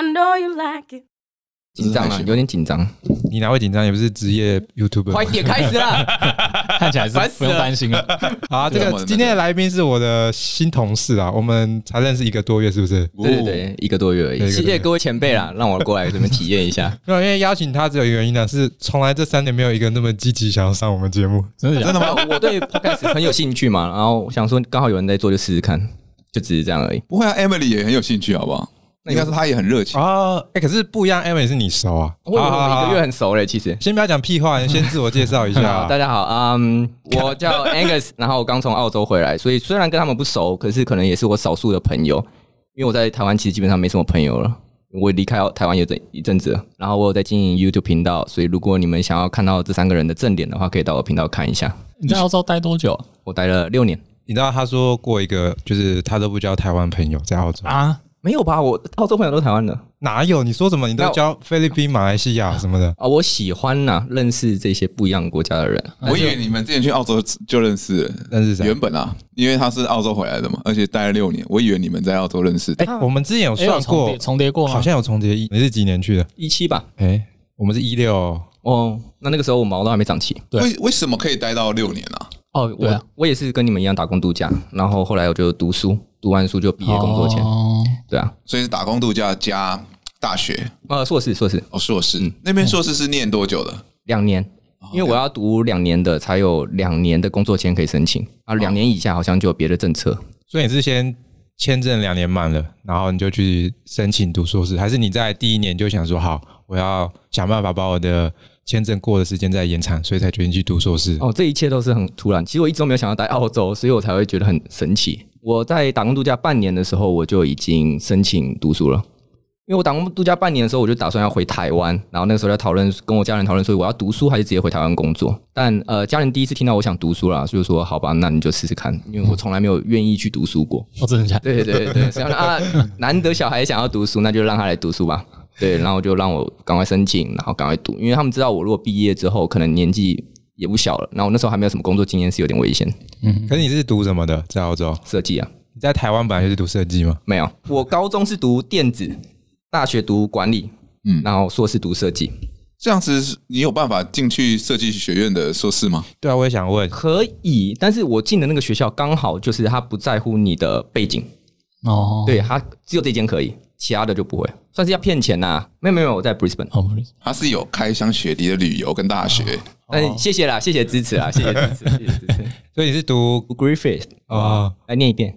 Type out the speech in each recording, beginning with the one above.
I know you like it。 紧张啊，有点紧张。 你哪会紧张？也不是职业 YouTuber。 快点开始啦！ 看起来是不用担心了。 好，这个今天的来宾是我的新同事啊，我们才认识1个多月，是不是？ 对，1个多月而已。谢谢各位前辈啦，让我过来这边体验一下。 没有，因为邀请他只有一个原因呢，是从来这3年没有一个那么积极想要上我们节目。 真的吗？我对 Podcast 很有兴趣嘛，然后想说刚好有人在做，就试试看，就只是这样而已。 不会啊 ，Emily 也很有兴趣，好不好？应该是他也很热情哦。可是不一样 ，Emily 是你熟啊， 我1个月很熟嘞。其实先不要讲屁话，先自我介绍一下。 大家好，我叫 Angus， 然后我刚从澳洲回来，所以虽然跟他们不熟，可是可能也是我少数的朋友，因为我在台湾其实基本上没什么朋友了。我离开台湾有一阵子了，然后我有在经营 YouTube 频道，所以如果你们想要看到这3个人的正脸的话，可以到我频道看一下。 你在澳洲待多久？ 我待了6年。 你知道他说过一个，就是他都不交台湾朋友在澳洲啊？ 没有吧？我澳洲朋友都台湾的。 哪有？你说什么？你都交菲律宾、马来西亚什么的啊？我喜欢认识这些不一样国家的人。 我以为你们之前去澳洲就认识了， 认识谁？ 原本啊，因为他是澳洲回来的嘛，而且待了6年，我以为你们在澳洲认识。 我们之前有算过， 重叠过吗？ 好像有重叠。你是几年去的 ？17吧。 我们是16。 哦，那个时候我毛都还没长齐。 为什么可以待到6年啊？ 哦，我也是跟你们一样打工度假，然后后来我就读书，读完书就毕业工作签。对啊， 所以是打工度假加大学。 硕士。 哦，硕士。那边硕士是念多久的 ？2年，因为我要读2年的，才有2年的工作签可以申请啊。2年以下好像就有别的政策。 所以你是先签证2年满了，然后你就去申请读硕士，还是你在第1年就想说好，我要想办法把我的签证过的时间再延长，所以才决定去读硕士？ 这一切都是很突然。其实我一直都没有想要待澳洲，所以我才会觉得很神奇。我在打工度假半年的时候，我就已经申请读书了。因为我打工度假半年的时候，我就打算要回台湾，然后那个时候在跟我家人讨论，说我要读书还是直接回台湾工作。但家人第一次听到我想读书啦，所以说好吧，那你就试试看，因为我从来没有愿意去读书过。 真的假的？ 对，所以难得小孩想要读书，那就让他来读书吧。对，然后就让我赶快申请，然后赶快读，因为他们知道我如果毕业之后可能年纪也不小了，然后我那时候还没有什么工作经验，是有点危险。 可是你是读什么的？在澳洲？ 设计啊。 你在台湾本来就是读设计吗？ 没有，我高中是读电子，大学读管理，然后硕士读设计。 这样子你有办法进去设计学院的硕士吗？ 对啊，我也想问。 可以，但是我进的那个学校刚好就是他不在乎你的背景。对，他只有这间可以，其他的就不会，算是要骗钱呐。没有，我在 Brisbane。 他是有开箱雪梨的旅游跟大学。 谢谢啦，谢谢支持啦，谢谢支持。 所以你是读 Griffith 来念一遍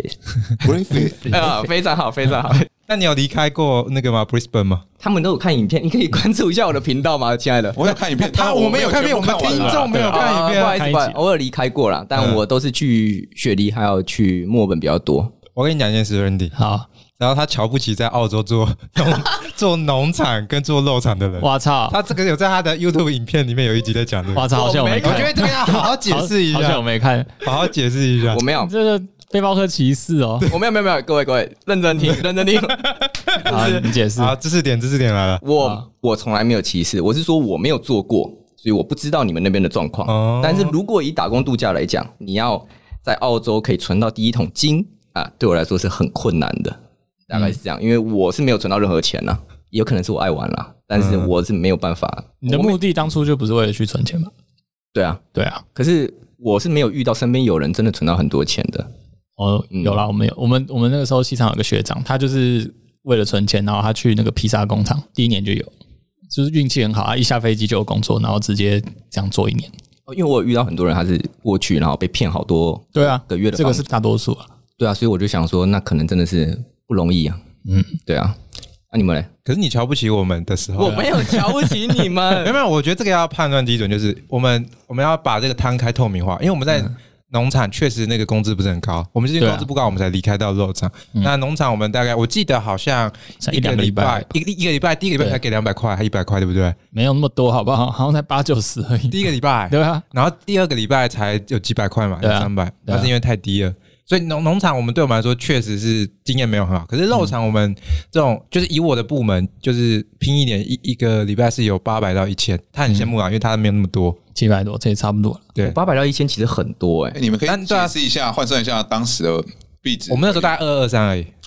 Griffith 啊，非常好，非常好。 那你有离开过那个吗 ？Brisbane 吗？ 他们都有看影片，你可以关注一下我的频道吗，亲爱的？ 我有看影片， 我没有看片，我们听众没有看影片。 不好意思，偶尔离开过啦，但我都是去雪梨还有去墨尔本比较多。 我跟你讲一件事 ，Randy。 好。 然后他瞧不起在澳洲做农场跟做肉场的人。 我操！ 他这个有在他的 YouTube 影片里面有一集在讲这个。 我操！好像我没看。 我觉得这个要好好解释一下。 好像我没看， 好好解释一下。 我没有， 这个背包客歧视哦。 我没有，各位认真听。 好，你解释。 好，知识点来了。 我从来没有歧视，我是说我没有做过，所以我不知道你们那边的状况。但是如果以打工度假来讲，你要在澳洲可以存到第一桶金啊，对我来说是很困难的。大概是这样，因为我是没有存到任何钱啦，也有可能是我爱玩啦，但是我是没有办法。 你的目的当初就不是为了去存钱吗？ 对啊。可是我是没有遇到身边有人真的存到很多钱的。 有啦，我们那个时候系上有个学长，他就是为了存钱，然后他去那个披萨工厂，第1年就有，就是运气很好，他一下飞机就有工作，然后直接这样做1年。 因为我有遇到很多人，他是过去然后被骗好多个月的， 这个是大多数啊。 对啊，所以我就想说，那可能真的是不容易啊。对啊。那你们嘞？ 可是你瞧不起我们的时候， 我没有瞧不起你们。 没有，我觉得这个要判断基准就是我们要把这个摊开透明化，因为我们在农场确实那个工资不是很高，我们是因为工资不高，我们才离开到肉场。那农场我们大概我记得好像一个礼拜，第一个礼拜才给200块还100块，对不对？ 没有那么多，好不好？好像才80-90而已。 第一个礼拜，对啊。然后第2个礼拜才有几百块嘛，有300，那是因为太低了。所以农场我们对我们来说确实是经验没有很好，可是肉场我们这种就是以我的部门就是拼一点，一个礼拜是有800到1000，他很羡慕啊，因为他没有那么多 ，700多，这也差不多了。 对，800到1000其实很多你们可以解释一下，换算一下当时的币值。 我们那时候大概22-23而已。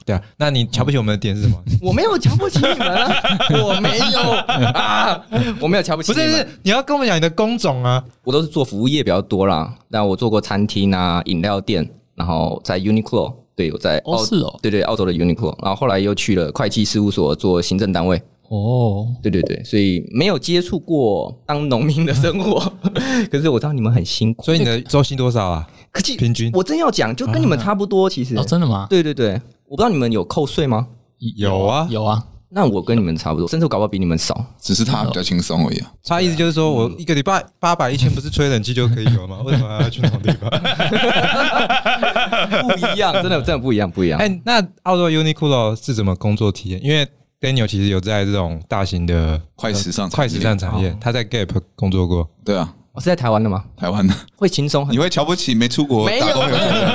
对啊，那你瞧不起我们的点是什么？ 我没有瞧不起你们啊，我没有啊，我没有瞧不起你们。 不是，你要跟我们讲你的工种啊。 我都是做服务业比较多啦，但我做过餐厅啊、饮料店，然后在 Uniqlo， 对，我在对澳洲的 Uniqlo， 然后后来又去了会计事务所做行政单位。对，所以没有接触过当农民的生活，可是我知道你们很辛苦。 所以你的周薪多少啊？平均？ 我真要讲，就跟你们差不多，其实。 真的吗？ 对，我不知道你们有扣税吗？ 有啊。 那我跟你们差不多，甚至我搞不好比你们少， 只是他比较轻松而已啊。 他意思就是说我一个礼拜800、1000不是吹冷气就可以有吗？为什么还要去那种地方？ 不一样，真的不一样。 那澳洲 Uniqlo 是怎么工作体验？因为 Daniel 其实有在这种大型的快时尚产业，他在 Gap 工作过。 对啊， 我是在台湾的吗？ 台湾的会轻松很多。 你会瞧不起没出国打工有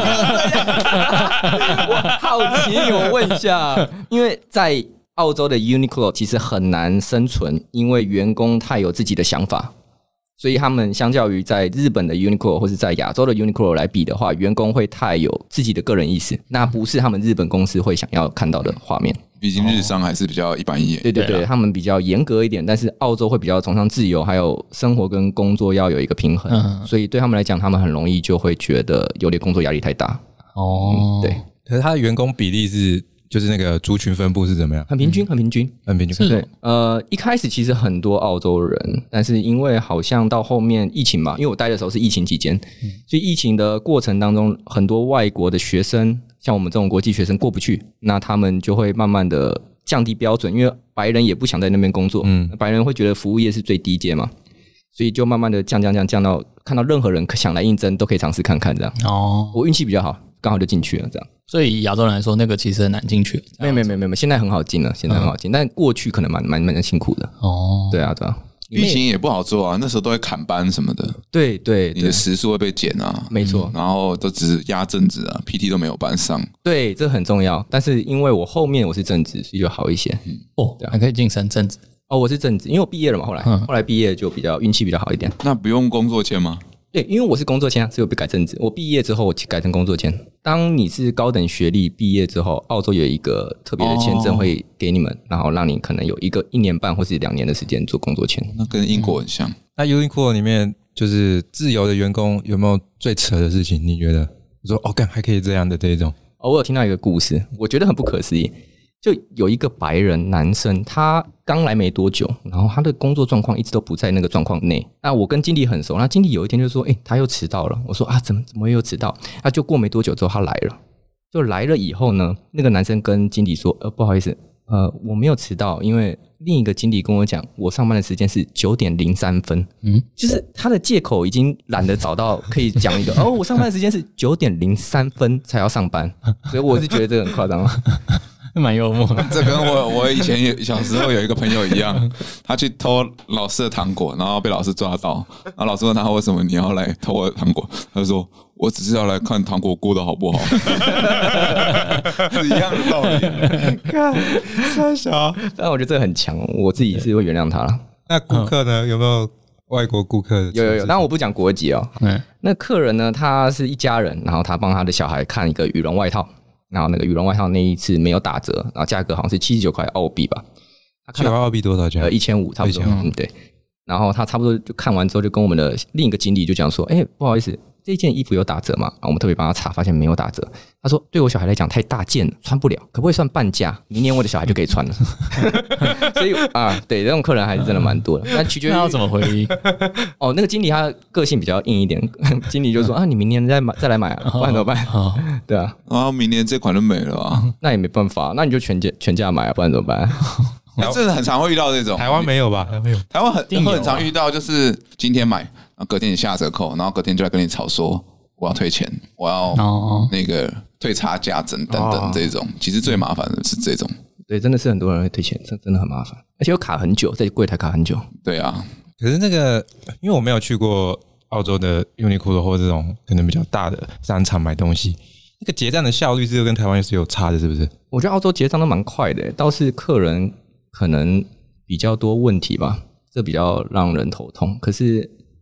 我好奇，我问一下，因为在澳洲的 Uniqlo 其实很难生存，因为员工太有自己的想法，所以他们相较于在日本的 Uniqlo 或是在亚洲的 Uniqlo 来比的话，员工会太有自己的个人意识，那不是他们日本公司会想要看到的画面。 毕竟日商还是比较一板一眼。 对，他们比较严格一点，但是澳洲会比较崇尚自由，还有生活跟工作要有一个平衡，所以对他们来讲，他们很容易就会觉得有点工作压力太大。对。 可是他的员工比例就是那个族群分布是怎么样？ 很平均。 对， 一开始其实很多澳洲人，但是因为好像到后面疫情嘛，因为我待的时候是疫情期间，所以疫情的过程当中，很多外国的学生，像我们这种国际学生过不去，那他们就会慢慢的降低标准，因为白人也不想在那边工作，白人会觉得服务业是最低阶嘛，所以就慢慢的降到看到任何人想来应征都可以尝试看看这样。我运气比较好，刚好就进去了这样。 所以亚洲人来说，那个其实很难进去。 没有，现在很好进了，但过去可能蛮辛苦的。对啊。 疫情也不好做啊，那时候都会砍班什么的。 对， 你的时数会被减啊， 没错。 然后都只是压正职啊 ，PT 都没有班上。 对，这很重要。但是因为我后面我是正职，所以就好一些。 还可以晋升正职。 我是正职，因为我毕业了嘛，后来毕业就比较运气比较好一点。 那不用工作签吗？ 对，因为我是工作签，所以我被改正职。我毕业之后我改成工作签。当你是高等学历毕业之后，澳洲有一个特别的签证会给你们，然后让你可能有1年半或是2年的时间做工作签。 那跟英国很像。 那 Uniqlo 里面就是自由的员工有没有最扯的事情？你觉得？你说干还可以这样的这一种？ 我有听到一个故事，我觉得很不可思议。就有一个白人男生，他刚来没多久，然后他的工作状况一直都不在那个状况内。那我跟经理很熟，那经理有一天就说：“他又迟到了。”我说：“怎么又迟到？”他就过没多久之后他来了，就来了以后呢，那个男生跟经理说：“不好意思，我没有迟到，因为另一个经理跟我讲，我上班的时间是9点03分。”就是他的借口已经懒得找到可以讲一个我上班的时间是9点03分才要上班，所以我是觉得这个很夸张。 蛮幽默的。 这跟我以前小时候有一个朋友一样，他去偷老师的糖果，然后被老师抓到，然后老师问他为什么你要来偷我的糖果，他就说我只是要来看糖果过得好不好，是一样的道理。 看三小， 但我觉得这个很强，我自己是会原谅他了。 那顾客呢？有没有外国顾客？ 有，但我不讲国籍哦。那客人呢？他是一家人，然后他帮他的小孩看一个羽绒外套。然后那个羽绒外套那一次没有打折，然后价格好像是79块澳币吧。 79块澳币多少钱 ？1500差不多。对。然后他差不多就看完之后，就跟我们的另一个经理就讲说：“不好意思，这件衣服有打折吗？”然后我们特别帮他查，发现没有打折。他说：“对我小孩来讲太大件了，穿不了，可不可以算半价？明年我的小孩就可以穿了。”所以对，这种客人还是真的蛮多的。但取决于要怎么回应。 那个经理他个性比较硬一点，经理就说：“你明年再来买啊，不然怎么办？”对啊， 然后明年这款就没了啊， 那也没办法，那你就全价买啊，不然怎么办？ 真的很常会遇到这种。 台湾没有吧？ 台湾很常遇到，就是今天买，然后隔天你下折扣，然后隔天就来跟你吵说我要退钱，我要那个退差价等等这种。其实最麻烦的是这种。 对，真的是很多人会退钱，真的很麻烦，而且又卡很久，在柜台卡很久。 对啊， 可是那个因为我没有去过澳洲的 Uniqlo 或这种可能比较大的商场买东西。那个结账的效率是跟台湾是有差的，是不是？ 我觉得澳洲结账都蛮快的，倒是客人可能比较多问题吧，这比较让人头痛。可是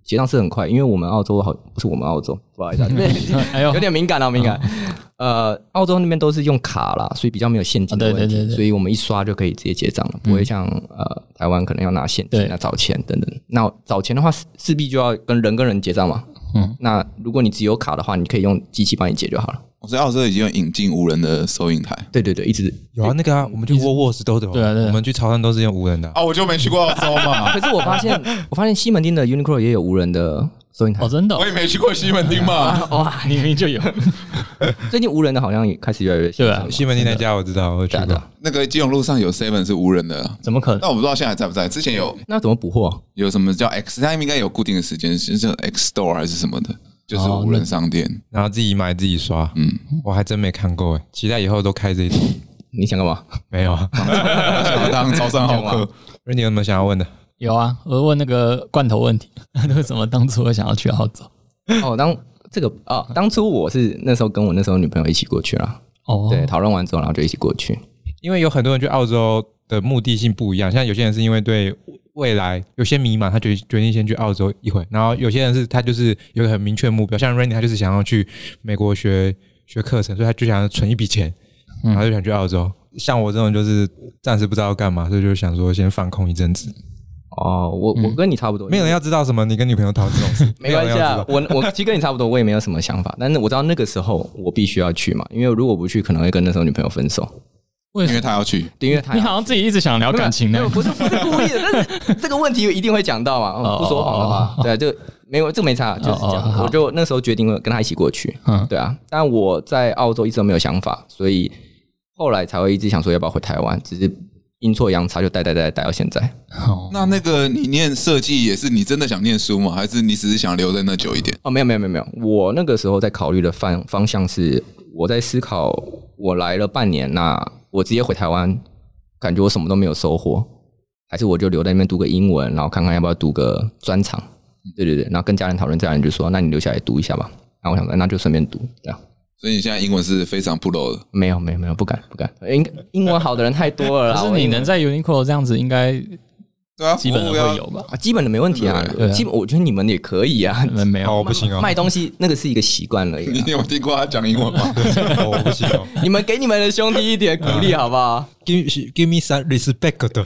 结账是很快，因为我们澳洲不是我们澳洲，不好意思、啊，有点敏感啊，敏感。澳洲那边都是用卡啦，所以比较没有现金的问题，对，所以我们一刷就可以直接结账了，不会像台湾可能要拿现金、拿找钱等等。那找钱的话，势必就要跟人结账嘛。那如果你只有卡的话，你可以用机器帮你结就好了。 所以澳洲已经有引进无人的收银台。 对，一直有啊，那个我们去沃斯都有。对，我们去潮汕都是用无人的。 我就没去过澳洲嘛。 可是我发现西门町的 Uniqlo 也有无人的收银台。 真的？ 我也没去过西门町嘛。 哇，你明明就有。 最近无人的好像也开始越来越对啊，西门町那家我知道，我去过。 那个基隆路上有 Seven 是无人的， 怎么可能？ 那我不知道现在还在不在。之前有， 那怎么补货？ 有什么叫 X？ 它应该有固定的时间，是 X Store 还是什么的？就是无人商店， 然后自己买自己刷。我还真没看过期待以后都开这一种。 你想干嘛？ 没有啊， 想要当招商好客。 你有没有想要问的？ 有啊，我问那个罐头问题，为什么当初会想要去澳洲？ 当初我是那时候跟我那时候女朋友一起过去啦。对，讨论完之后，然后就一起过去。 因为有很多人去澳洲的目的性不一样，像有些人是因为对未来有些迷茫，他决定先去澳洲一回，然后有些人是他就是有一个很明确的目标，像 Randy 他就是想要去美国学课程，所以他就想要存一笔钱，然后就想去澳洲。像我这种就是暂时不知道要干嘛，所以就想说先放空一阵子。 我跟你差不多， 没有人要知道什么你跟女朋友讨这种事， 没关系啊。我其实跟你差不多，我也没有什么想法，但是我知道那个时候我必须要去嘛，因为如果不去，可能会跟那时候女朋友分手。 因为他要去， 对，因为他你好像自己一直想聊感情呢， 不是故意的，但是这个问题一定会讲到嘛，不说谎的话，对啊，这没差，就是这样。我就那时候决定跟他一起过去，对啊。但我在澳洲一直都没有想法，所以后来才会一直想说要不要回台湾，只是阴错阳差就带到现在。 那个你念设计也是你真的想念书吗？还是你只是想留在那久一点？ 没有，我那个时候在考虑的方向是我在思考，我来了半年，那我直接回台湾，感觉我什么都没有收获，还是我就留在那边读个英文，然后看看要不要读个专长。对，然后跟家人讨论，家人就说：“那你留下来读一下吧。”然后我想说，那就顺便读，这样。 所以你现在英文是非常 pro 的？ 没有，不敢。英文好的人太多了啦。 可是你能在 Uniqlo 这样子，应该对啊， 基本的会有吧？ 基本的没问题啊。基本我觉得你们也可以啊。 没有， 我不行哦。 卖东西那个是一个习惯而已。 你有听过他讲英文吗？ 我不行哦。 你们给你们的兄弟一点鼓励好不好 ？Give me some respect 的。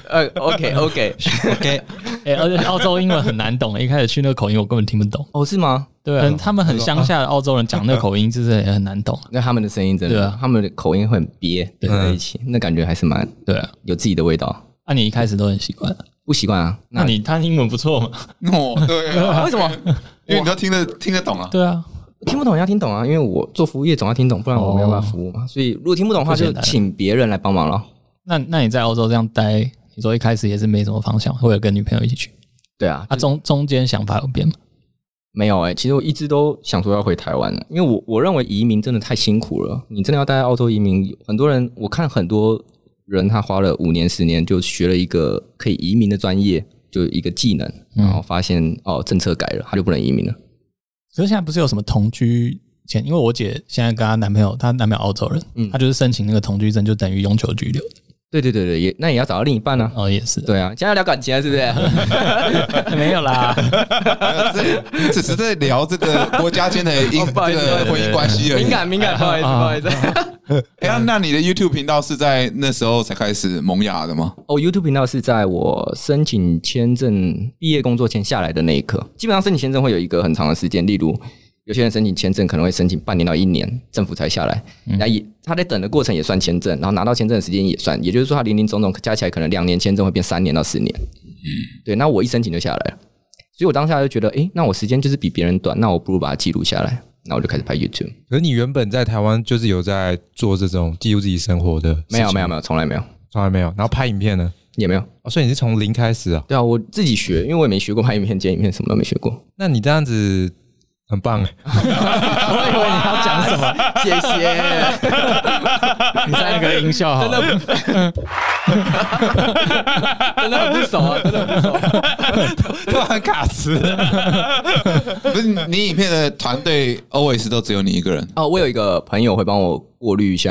OK。 而且澳洲英文很难懂，一开始去那个口音我根本听不懂。 是吗？ 对，他们很乡下的澳洲人讲那个口音，就是也很难懂。 那他们的声音真的，他们的口音会很憋在一起，那感觉还是蛮有自己的味道。 那你一开始都很习惯？ 不习惯啊。 那他英文不错嘛？ 对啊。 为什么？ 因为你都听得懂啊。 对啊， 听不懂要听懂啊，因为我做服务业总要听懂，不然我没有办法服务嘛。所以如果听不懂的话，就请别人来帮忙了。 那你在澳洲这样待，你说一开始也是没什么方向，或者跟女朋友一起去？ 对啊。 中间想法有变吗？ 没有其实我一直都想说要回台湾，因为我认为移民真的太辛苦了。你真的要待在澳洲移民，很多人我看很多人他花了5年10年就学了一个可以移民的专业，就一个技能，然后发现政策改了，他就不能移民了。 可是现在不是有什么同居签？因为我姐现在跟她男朋友澳洲人，她就是申请那个同居证，就等于永久居留。 对，那也要找到另一半啊。 也是。 对啊，现在要聊感情啊，是不是？ 没有啦， 只是在聊这个国家间的这个婚姻关系而已。 敏感，不好意思。 那你的 YouTube 频道是在那时候才开始萌芽的吗 ？YouTube 频道是在我申请签证、毕业工作签下来的那一刻。基本上申请签证会有一个很长的时间，例如有些人申请签证可能会申请半年到1年，政府才下来。那他在等的过程也算签证，然后拿到签证的时间也算，也就是说他林林总总加起来可能2年签证会变3年到4年。对，那我一申请就下来了，所以我当下就觉得，那我时间就是比别人短，那我不如把它记录下来。那我就开始拍 YouTube。 可是你原本在台湾就是有在做这种记录自己生活的事情？ 没有，从来没有。 然后拍影片呢？ 也没有。 所以你是从零开始啊？ 对啊，我自己学，因为我也没学过拍影片、剪影片，什么都没学过。 那你这样子很棒我以为你要讲什么， 谢谢。 你在那个音效好， 真的很不熟啊，真的很不熟， 突然卡词。 不是你影片的团队 always 都只有你一个人我有一个朋友会帮我过滤一下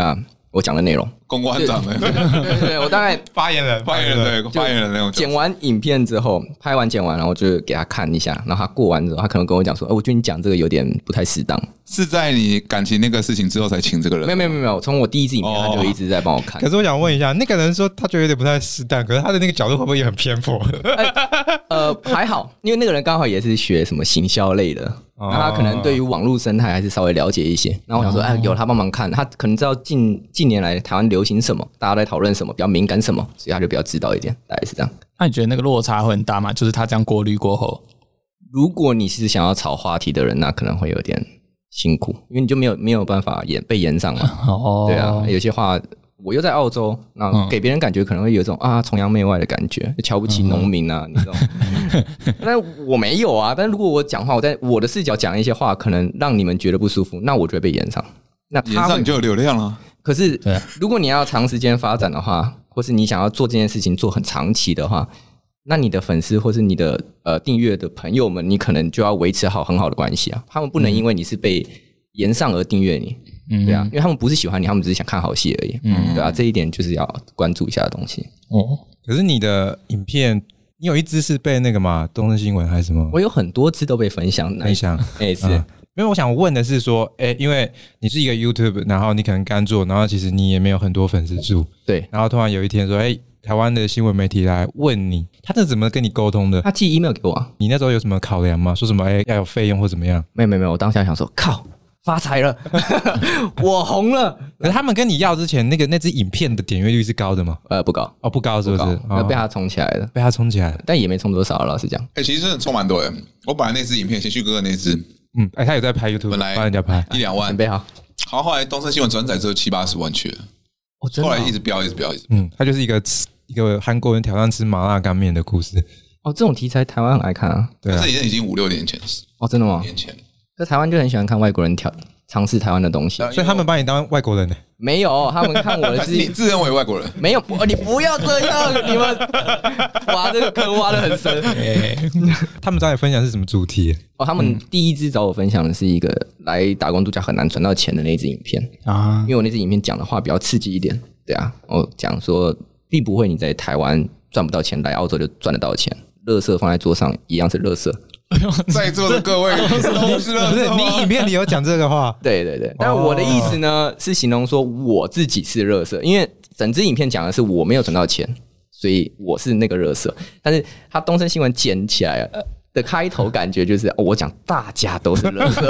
我讲的内容。 公关长的， 对，我大概发言人那种。 剪完影片之后，拍完剪完，然后就给他看一下，然后他过完之后，他可能跟我讲说：“我觉得你讲这个有点不太适当。” 是在你感情那个事情之后才请这个人？ 没有，从我第一支影片他就一直在帮我看。 可是我想问一下，那个人说他觉得有点不太适当，可是他的那个角度会不会也很偏颇？ 还好，因为那个人刚好也是学什么行销类的，那他可能对于网络生态还是稍微了解一些。然后我想说，有他帮忙看，他可能知道近年来台湾流行什么，大家在讨论什么，比较敏感什么，所以他就比较知道一点，大概是这样。 那你觉得那个落差会很大吗？就是他这样过滤过后， 如果你是想要炒话题的人，那可能会有点辛苦，因为你就没有办法被延上嘛。对啊，有些话我又在澳洲，那给别人感觉可能会有一种崇洋媚外的感觉，瞧不起农民啊，你知道吗？但我没有啊。但如果我讲话，我在我的视角讲一些话，可能让你们觉得不舒服，那我就会被延上。那延上你就有流量了。 可是如果你要长时间发展的话，或是你想要做这件事情做很长期的话，那你的粉丝或是你的订阅的朋友们，你可能就要维持好很好的关系啊。他们不能因为你是被延上而订阅你，对啊，因为他们不是喜欢你，他们只是想看好戏而已，对啊，这一点就是要关注一下的东西。 可是你的影片，你有一支是被那个嘛东森新闻还是什么？ 我有很多支都被分享，是。 因为我想问的是说，因为你是一个 YouTube， 然后你可能刚做，然后其实你也没有很多粉丝数， 对， 然后突然有一天说，台湾的新闻媒体来问你，他是怎么跟你沟通的？ 他寄 email 给我啊。 你那时候有什么考量吗？说什么要有费用或怎么样？ 没有，我当下想说，靠，发财了，我红了。 可是他们跟你要之前，那支影片的点阅率是高的吗？ 不高。 不高是不是？ 被他冲起来了，但也没冲多少，老实讲。 其实真的冲蛮多的。我本来那支影片，先去哥哥那支。 他有在拍 YouTube， 本来帮人家拍 1-2万， 准备好。 好，后来东森新闻转载之后7-80万去了，后来一直飙。 他就是一个韩国人挑战吃麻辣干面的故事。 这种题材台湾很爱看啊。 对啊，这已经5-6年前是。 真的吗？ 年前。 在台湾就很喜欢看外国人尝试台湾的东西， 所以他们把你当外国人呢？ 没有，他们看我的是你自认为外国人？ 没有，你不要这样，你们挖这个坑挖得很深。 他们找你分享是什么主题？ 他们第一支找我分享的是一个来打工度假很难赚到钱的那支影片啊，因为我那支影片讲的话比较刺激一点，对啊，我讲说并不会你在台湾赚不到钱，来澳洲就赚得到钱，垃圾放在桌上一样是垃圾。 在座的各位都是垃圾， 不是你影片里有讲这个话？ 对，但我的意思呢是形容说我自己是垃圾，因为整支影片讲的是我没有赚到钱，所以我是那个垃圾。但是他东森新闻剪起来的开头感觉就是我讲大家都是垃圾。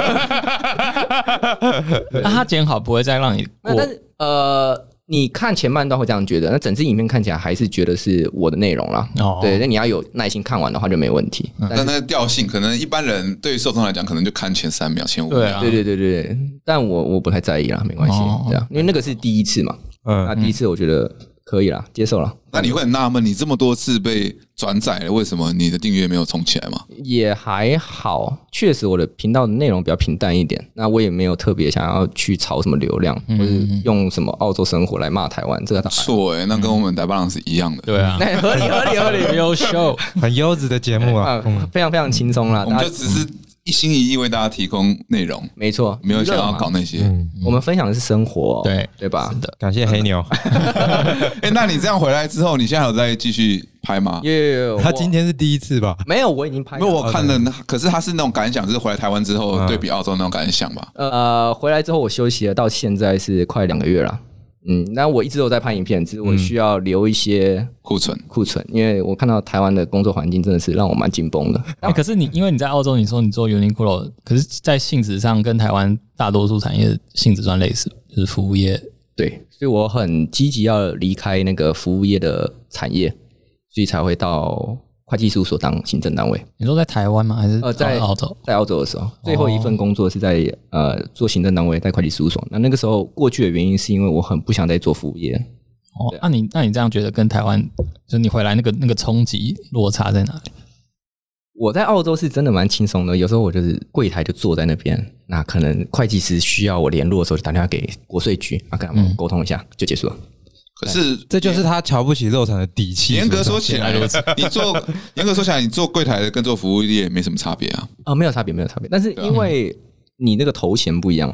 那他剪好不会再让你过？ 但是你看前半段会这样觉得，那整支影片看起来还是觉得是我的内容啦。对，那你要有耐心看完的话就没问题。 但那个调性可能一般人对于受众来讲，可能就看前3秒、前5秒。 对，但我不太在意啦，没关系，这样，因为那个是第一次嘛。那第一次我觉得可以啦，接受了。 那你会很纳闷，你这么多次被转载了，为什么你的订阅没有冲起来吗？ 也还好，确实我的频道的内容比较平淡一点，那我也没有特别想要去炒什么流量，或是用什么澳洲生活来骂台湾，这个错那跟我们台巴郎是一样的。 对啊， 合理，优秀， 很优质的节目啊， 非常非常轻松啦。 我们就只是一心一意为大家提供内容， 没错， 没有想要搞那些。 我们分享的是生活，对吧？ 是的， 感谢黑牛。 那你这样回来之后，你现在还有在继续拍吗？ 他今天是第一次吧？ 没有，我已经拍了。 因为我看了，可是他是那种感想，就是回来台湾之后对比澳洲那种感想吧。 回来之后我休息了，到现在是快2个月了。那我一直都在拍影片，只是我需要留一些库存， 因为我看到台湾的工作环境真的是让我蛮紧绷的。 可是因为你在澳洲，你说你做 Uniqlo， 可是在性质上跟台湾大多数产业性质算类似，就是服务业。 对，所以我很积极要离开那个服务业的产业，所以才会到会计事务所当行政单位。 你说在台湾吗？还是在澳洲？ 在澳洲的时候，最后一份工作是在做行政单位，在会计事务所。那个时候过去的原因是因为我很不想再做服务业。 那你这样觉得跟台湾，就是你回来那个冲击落差在哪里？ 我在澳洲是真的蛮轻松的，有时候我就是柜台就坐在那边，那可能会计师需要我联络的时候，就打电话给国税局，跟他们沟通一下就结束了。 可是这就是他瞧不起肉厂的底气。 严格说起来，你做柜台的跟做服务业没什么差别啊。 没有差别。但是因为你那个头衔不一样，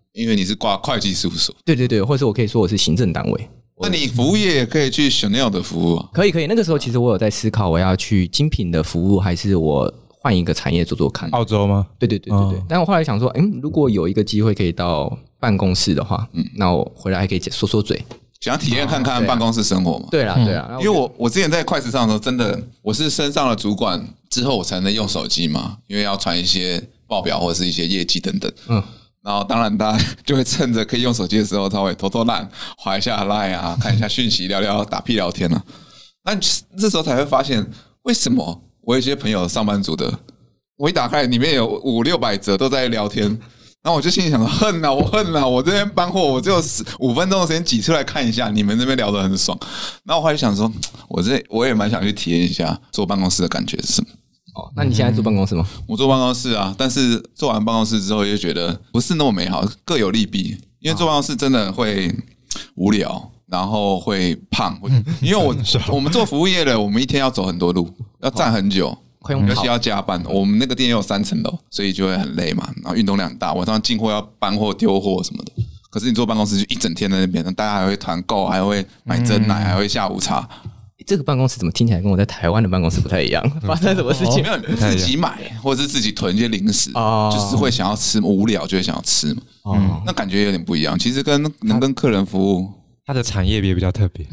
因为你是挂会计事务所。 对对对，或者是我可以说我是行政单位。 那你服务业也可以去 Chanel 的服务啊？ 可以可以，那个时候其实我有在思考，我要去精品的服务，还是我换一个产业做做看。 澳洲吗？ 对对对对对。但我后来想说，如果有一个机会可以到办公室的话，那我回来还可以说说嘴， 想体验看看办公室生活嘛。 对啦对啦， 因为我之前在快时尚的时候，真的我是升上了主管之后，我才能用手机嘛，因为要传一些报表或者是一些业绩等等。然后当然大家就会趁着可以用手机的时候，稍微偷偷懒，滑一下 LINE 啊，看一下讯息，聊聊打屁聊天啊。那这时候才会发现，为什么我有些朋友上班族的，我一打开里面有500-600则都在聊天，然后我就心里想说，恨啊，我这边搬货，我只有5分钟的时间挤出来看一下，你们那边聊得很爽。然后我后来就想说，我也蛮想去体验一下坐办公室的感觉是什么。 那你现在坐办公室吗？ 我坐办公室啊，但是做完办公室之后，就觉得不是那么美好，各有利弊。因为坐办公室真的会无聊，然后会胖，因为我们做服务业的，我们一天要走很多路，要站很久，尤其要加班。我们那个店也有3层楼，所以就会很累嘛，然后运动量大，晚上进货要搬货、丢货什么的。可是你坐办公室就一整天在那边，大家还会团购，还会买珍奶，还会下午茶。 这个办公室怎么听起来跟我在台湾的办公室不太一样？发生什么事情？ 没有，自己买或者是自己囤一些零食，就是会想要吃，无聊就会想要吃嘛。那感觉有点不一样。其实能跟客人服务， 它的产业别比较特别。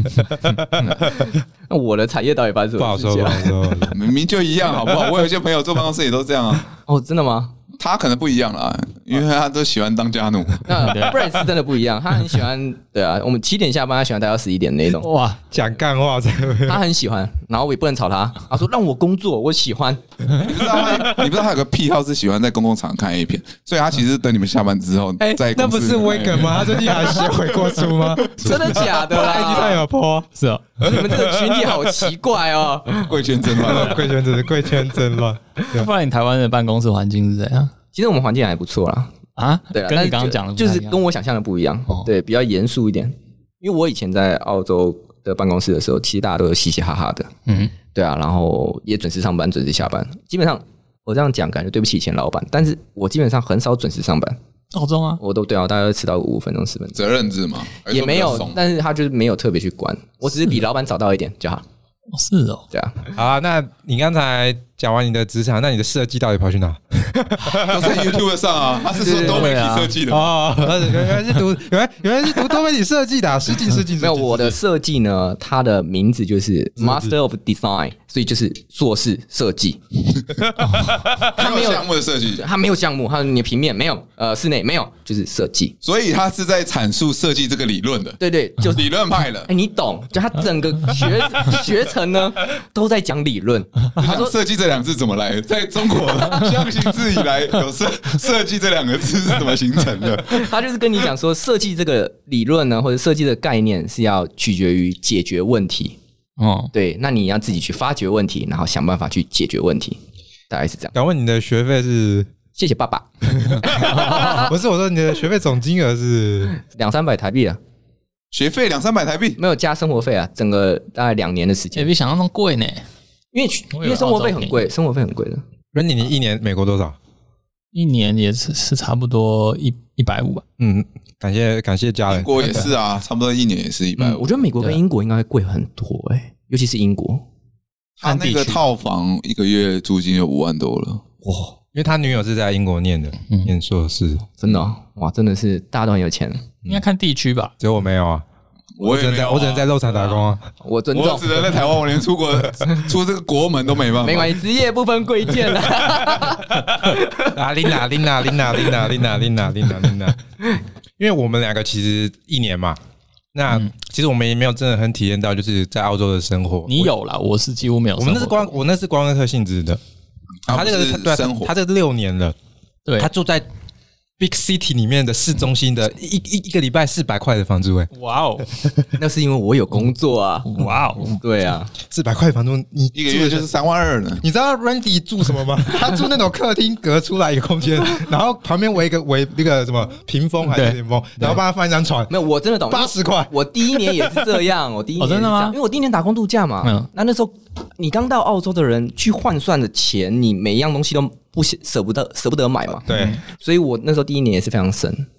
那我的产业到底发生什么事情？ 不好说， 明明就一样，好不好？我有些朋友坐办公室也都这样啊。 哦，真的吗？ 他可能不一样啦，因为他都喜欢当家奴。 那 Brad 是真的不一样，他很喜欢，对啊，我们7点下班，他喜欢待到11点那种。 哇，讲干话才会。 他很喜欢，然后我也不能吵他。他说让我工作，我喜欢。 你不知道他有个癖好是喜欢在公共场看 A 片，所以他其实等你们下班之后在公司。 那不是威梗吗？他最近还写悔过书吗？ 真的假的啦 ？IG 上有 po， 是啊。 你们这个群体好奇怪哦， 贵圈真乱， 贵圈真乱。 不然你台湾的办公室环境是怎样？ 其实我们环境还不错啦。啊，对啊， 跟你刚刚讲的就是跟我想象的不一样，对，比较严肃一点。因为我以前在澳洲的办公室的时候，其实大家都嘻嘻哈哈的，对啊，然后也准时上班，准时下班。基本上我这样讲，感觉对不起以前老板，但是我基本上很少准时上班。 澳洲啊， 我都对啊，大概都迟到5分钟、10分钟。 责任制嘛， 也没有，但是他就是没有特别去管，我只是比老板早到一点就好。 是哦， 对啊。 好啊，那你刚才讲完你的职场，那你的设计到底跑去哪？ 都在 YouTube 上啊。他是说多媒体设计的哦，原来是读多媒体设计的啊，实境设计。 没有，我的设计呢，它的名字就是 Master of Design， 所以就是硕士设计。 他没有项目的设计， 他没有项目，他你的平面没有，室内没有，就是设计。 所以他是在阐述设计这个理论的。 对对，就是理论派的。 你懂？就他整个学程呢都在讲理论。 他说设计这2字怎么来？在中国象形字以来，有设计这2个字是怎么形成的？ 他就是跟你讲说，设计这个理论呢，或者设计的概念是要取决于解决问题。对，那你要自己去发掘问题，然后想办法去解决问题，大概是这样。 敢问你的学费是？ 谢谢爸爸。 不是，我说你的学费总金额是 200-300台币啊。 学费200-300台币， 没有加生活费啊，整个大概2年的时间， 比想象中贵呢。 因为生活费很贵，生活费很贵的。 Randy，你一年美国多少？ 一年也是差不多150吧。 感谢家人。 英国也是啊，差不多一年也是150。 我觉得美国跟英国应该会贵很多尤其是英国。 他那个套房1个月租金有5万多了。 哇！ 因为他女友是在英国念的，念硕士。 真的哇，真的是大家都很有钱。 应该看地区吧？ 只有我没有啊。我只能在肉场打工啊！ 我尊重， 我只能在台湾，我连出这个国门都没办法。 没关系，职业不分贵贱的。 琳娜，因为我们2个其实1年嘛，那其实我们也没有真的很体验到就是在澳洲的生活。 你有啦，我是几乎没有。 我那是观光客性质的，他这个生活，他这6年了，对，他住在Big City 里面的市中心的一个礼拜400块的房租哇哦， 那是因为我有工作啊！ 哇哦， 对啊 ，400块房租，你 1个月就是3万2呢。 你知道 Randy 住什么吗？他住那种客厅隔出来一个空间，然后旁边围那个什么屏风还是屏风，然后帮他放一张床。 没有，我真的懂 ，80块。 我第1年也是这样， 真的吗？ 因为我第1年打工度假嘛，那时候你刚到澳洲的人去换算的钱，你每一样东西都舍不得买嘛。 对， 所以我那时候第1年也是非常省。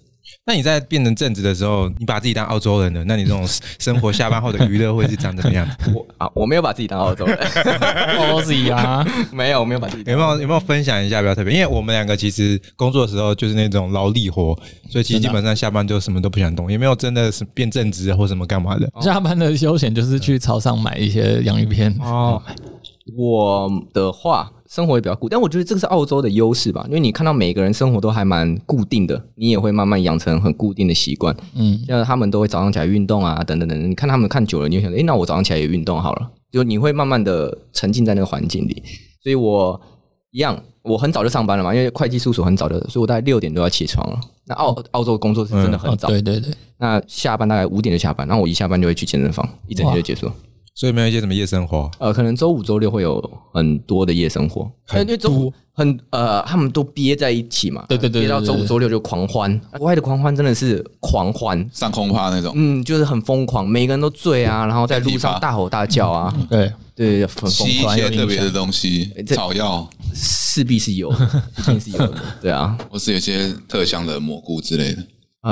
那你在变成正职的时候，你把自己当澳洲人了，那你这种生活下班后的娱乐会是长怎么样？ 我没有把自己当澳洲人 ，Aussie 啊， 没有把自己当有没有分享一下比较特别？因为我们两个其实工作的时候就是那种劳力活，所以其实基本上下班就什么都不想动，也没有真的是变正职或什么干嘛的。 下班的休闲就是去超商买一些洋芋片。 我的话，生活也比较固定，但我觉得这个是澳洲的优势吧，因为你看到每个人生活都还蛮固定的，你也会慢慢养成很固定的习惯。像他们都会早上起来运动啊，等等等等。你看他们看久了，你就想，那我早上起来也运动好了，就你会慢慢的沉浸在那个环境里。所以我一样，我很早就上班了嘛，因为会计事务所很早的，所以我大概6点都要起床了。那澳洲工作是真的很早， 对。 那下班大概5点就下班，然后我一下班就会去健身房，一整天就结束了。 所以没有一些什么夜生活， 可能周5、周6会有很多的夜生活，因为周5他们都憋在一起嘛， 对， 憋到周5、周6就狂欢，国外的狂欢真的是狂欢， 上空趴那种， 就是很疯狂，每个人都醉啊，然后在路上大吼大叫啊，对，很疯狂， 吸一些特别的东西，草药势必是有，一定是有的，对啊， 或是有些特香的蘑菇之类的。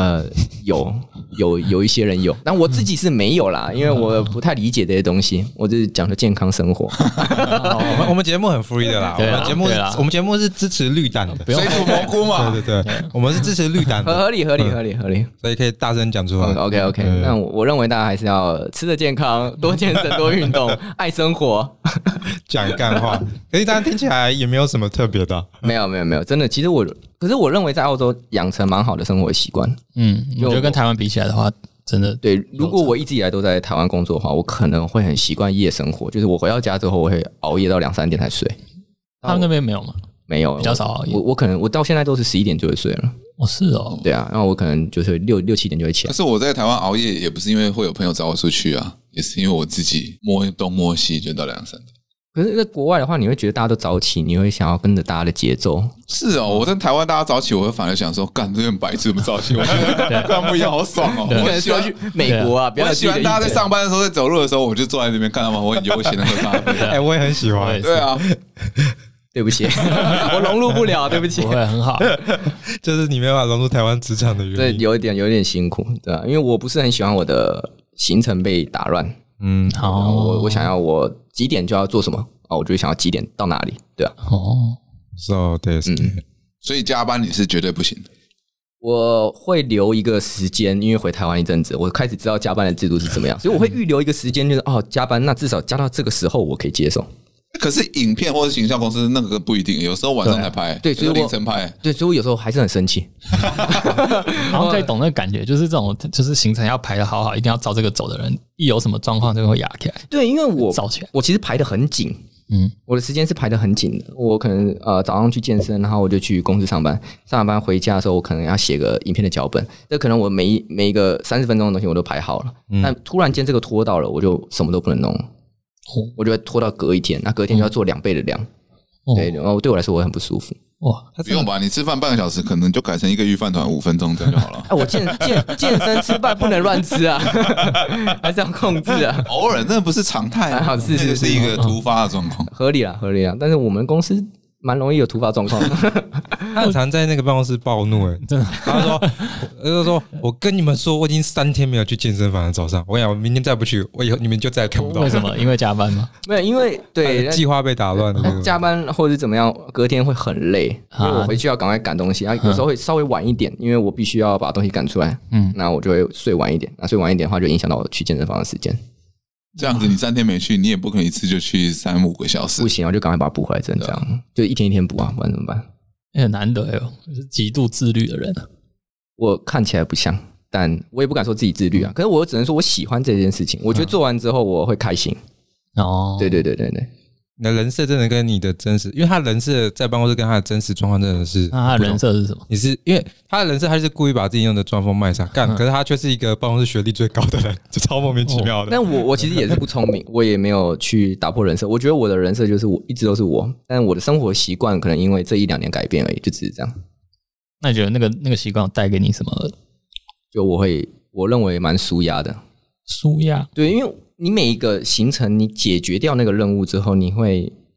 有一些人有，但我自己是没有啦，因为我不太理解这些东西，我就是讲的健康生活。 我们节目很 free 的啦，我们节目是支持绿党的， 水煮蘑菇嘛， 对，我们是支持绿党的， 合理， 所以可以大声讲出来。 OK， 那我认为大家还是要吃得健康，多健身，多运动，爱生活， 讲干话。可是大家听起来也没有什么特别的， 没有，真的，其实可是我认为在澳洲养成蛮好的生活习惯。 我觉得跟台湾比起来的话，真的对。如果我一直以来都在台湾工作的话，我可能会很习惯夜生活，就是我回到家之后，我会熬夜到2、3点才睡。 他们那边没有吗？ 没有， 比较少熬夜。 我可能我到现在都是11点就会睡了。 是哦。 对啊，然后我可能就是6、7点就会起来。 可是我在台湾熬夜也不是因为会有朋友找我出去啊，也是因为我自己摸东摸西就到2、3点。 可是在国外的话，你会觉得大家都早起，你会想要跟着大家的节奏。 是哦，我在台湾大家早起，我会反而想说，干这很白痴，不早起，我觉得干不一样，好爽哦。 你可能需要去美国啊， 我喜欢大家在上班的时候，在走路的时候，我就坐在那边看他们，我很悠闲的喝咖啡。 我也很喜欢。 对啊， 对不起，我融入不了，对不起。 不会很好， 就是你没办法融入台湾职场的原因。 对，有一点辛苦，对啊，因为我不是很喜欢我的行程被打乱。 好， 我想要我几点就要做什么。我就想要几点到哪里，对啊。 So this， 所以加班你是绝对不行的。 我会留一个时间，因为回台湾一阵子，我开始知道加班的制度是怎么样，所以我会预留一个时间，就是加班，那至少加到这个时候我可以接受。 可是影片或者形象公司那个不一定，有时候晚上才拍， 对，所以凌晨拍， 对，所以我有时候还是很生气。 然后可以懂那个感觉，就是这种，就是行程要排得好，一定要照这个走的人，一有什么状况就会压起来。 对，因为我其实排得很紧。我的时间是排得很紧的。我可能早上去健身，然后我就去公司上班，上完班回家的时候，我可能要写个影片的脚本。这可能我每一个30分钟的东西我都排好了，但突然间这个拖到了，我就什么都不能弄，我就会拖到隔一天，那隔一天就要做2倍的量。对，然后对我来说我很不舒服。 哇， 不用吧？你吃饭半个小时，可能就改成一个预饭团5分钟这样就好了。 我健身吃饭不能乱吃啊，还是要控制啊。 偶尔那不是常态啊，这是一个突发的状况。 合理啦。但是我们公司蛮容易有突发状况的。 他很常在那个办公室暴怒，真的。他说：“我跟你们说，我已经3天没有去健身房了。早上，我跟你讲，我明天再不去，我以后你们就再也看不到。” 为什么？因为加班吗？ 没有，因为对计划被打乱了。 加班或者是怎么样，隔天会很累，因为我回去要赶快赶东西，有时候会稍微晚一点，因为我必须要把东西赶出来。那我就会睡晚一点。那睡晚一点的话，就影响到我去健身房的时间。 这样子，你3天没去，你也不可能一次就去3、5个小时。 不行，我就赶快把它补回来，这样就一天一天补啊，不然怎么办？ 很难得哟，是极度自律的人。 我看起来不像，但我也不敢说自己自律啊。可是我只能说我喜欢这件事情，我觉得做完之后我会开心。对。 你的人设真的跟你的真实，因为他人设在办公室跟他的真实状况真的是， 那他的人设是什么？ 你是因为他的人设，他就是故意把自己用的装疯卖傻干，可是他却是一个办公室学历最高的人，就超莫名其妙的。 但我其实也是不聪明，我也没有去打破人设。我觉得我的人设就是我一直都是我，但我的生活习惯可能因为这1、2年改变而已，就只是这样。 那你觉得那个习惯带给你什么？ 就我认为蛮舒压的。 舒压？ 对，因为你每一个行程你解决掉那个任务之后，你会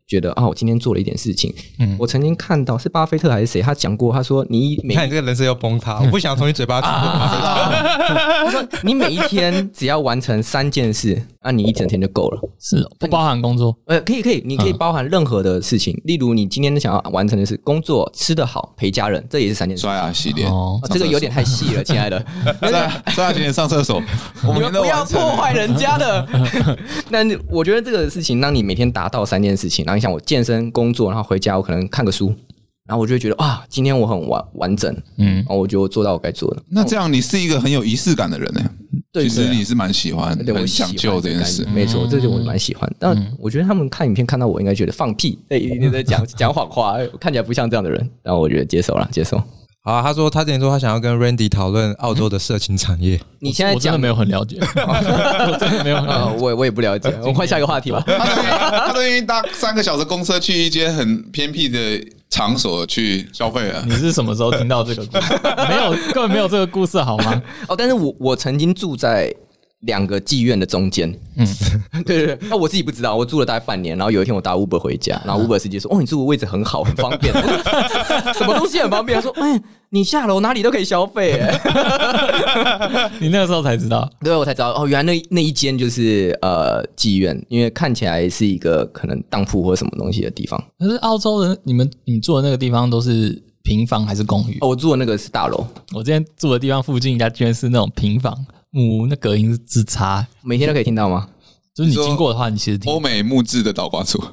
觉得我今天做了一点事情。我曾经看到是巴菲特还是谁，他讲过，他说你看你这个人设要崩塌，我不想从你嘴巴出。 他说你每一天只要完成3件事，你一整天就够了。 是不包含工作？ 可以，你可以包含任何的事情，例如你今天想要完成的是工作、吃得好、陪家人，这也是3件事。 刷牙洗脸， 这个有点太细了，亲爱的。 刷牙洗脸上厕所， 你们不要破坏人家的。但我觉得这个事情，当你每天达到3件事情，然后你想我健身、工作，然后回家我可能看个书，然后我就会觉得今天我很完整，然后我就做到我该做的。 那这样你是一个很有仪式感的人呢？ 对， 其实你是蛮喜欢、很讲究这件事。 没错，这就我蛮喜欢。但我觉得他们看影片看到我，应该觉得放屁，一定在讲谎话，看起来不像这样的人。但我觉得接受。 好，他说他之前说他想要跟 Randy 讨论澳洲的色情产业。 你现在我真的没有很了解，我真的没有很了解， 我也不了解。我们换下一个话题吧。 他都愿意搭3个小时公车去一间很偏僻的场所去消费了。 你是什么时候听到这个故事？没有，根本没有这个故事好吗？ 但是我曾经住在2个妓院的中间，对，那我自己不知道，我住了大概半年，然后有一天我搭 Uber 回家，然后 Uber 司机说：“你住的位置很好，很方便。”什么东西很方便？他说：“你下楼哪里都可以消费。” 你那个时候才知道？ 对，我才知道原来那一间就是妓院，因为看起来是一个可能当铺或什么东西的地方。 可是澳洲人，你住的那个地方都是平房还是公寓？ 我住的那个是大楼， 我之前住的地方附近一家居然是那种平房。那隔音之差， 每天都可以听到吗？ 就是你经过的话，你其实听欧美木质的导刮处。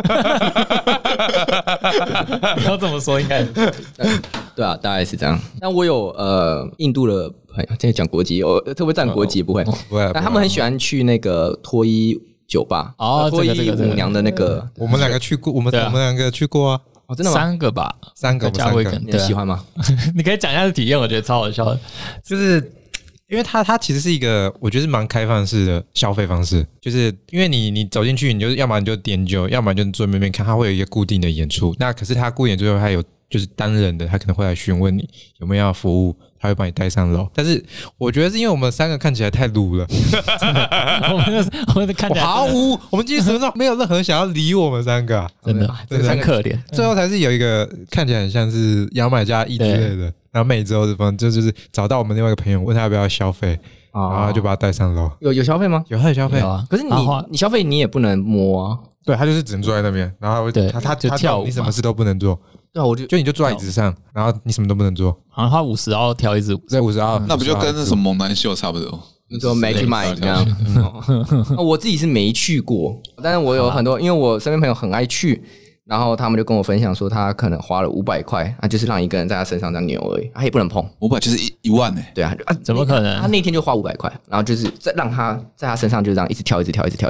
要这么说，应该对啊，大概是这样。但我有印度的朋友，这讲国籍，特别占国籍不会，但他们很喜欢去那个脱衣酒吧脱衣舞娘的那个。 我们2个去过，我们2个去过啊。 真的吗 ？3个吧 ，3个加威肯， 你喜欢吗？ 你可以讲一下体验，我觉得超好笑的， 就是。因为它其实是一个我觉得是蛮开放式的消费方式，就是因为你走进去，你就是要么你就点酒，要么就坐那边看，它会有一个固定的演出。那可是它固定演出还有就是单人的，他可能会来询问你有没有要服务，他会帮你带上楼。但是我觉得是因为我们3个看起来太鲁了， 我们看起来毫无，我们基本上没有任何想要理我们3个、 真的很可怜。 最后才是有一个看起来很像是牙买加裔之类的。然后每周的方就是找到我们另外一个朋友，问他要不要消费，然后就把他带上楼。 有消费吗？ 有，他有消费啊。 可是你消费你也不能摸啊。 对，他就是只能坐在那边，然后他就跳舞， 你什么事都不能做。 对啊， 你就坐在椅子上，然后你什么都不能做。 好像花50澳跳一支舞， 在50澳， 那不就跟那什么猛男秀差不多？ 你说 Magic Mike 这样。我自己是没去过，但是我有很多，因为我身边朋友很爱去。然后他们就跟我分享说，他可能花了500块，就是让一个人在他身上这样扭而已，他也不能碰。 500就是1万呢？ 对啊， 怎么可能？ 他那天就花500块，然后就是让他在他身上就这样一直跳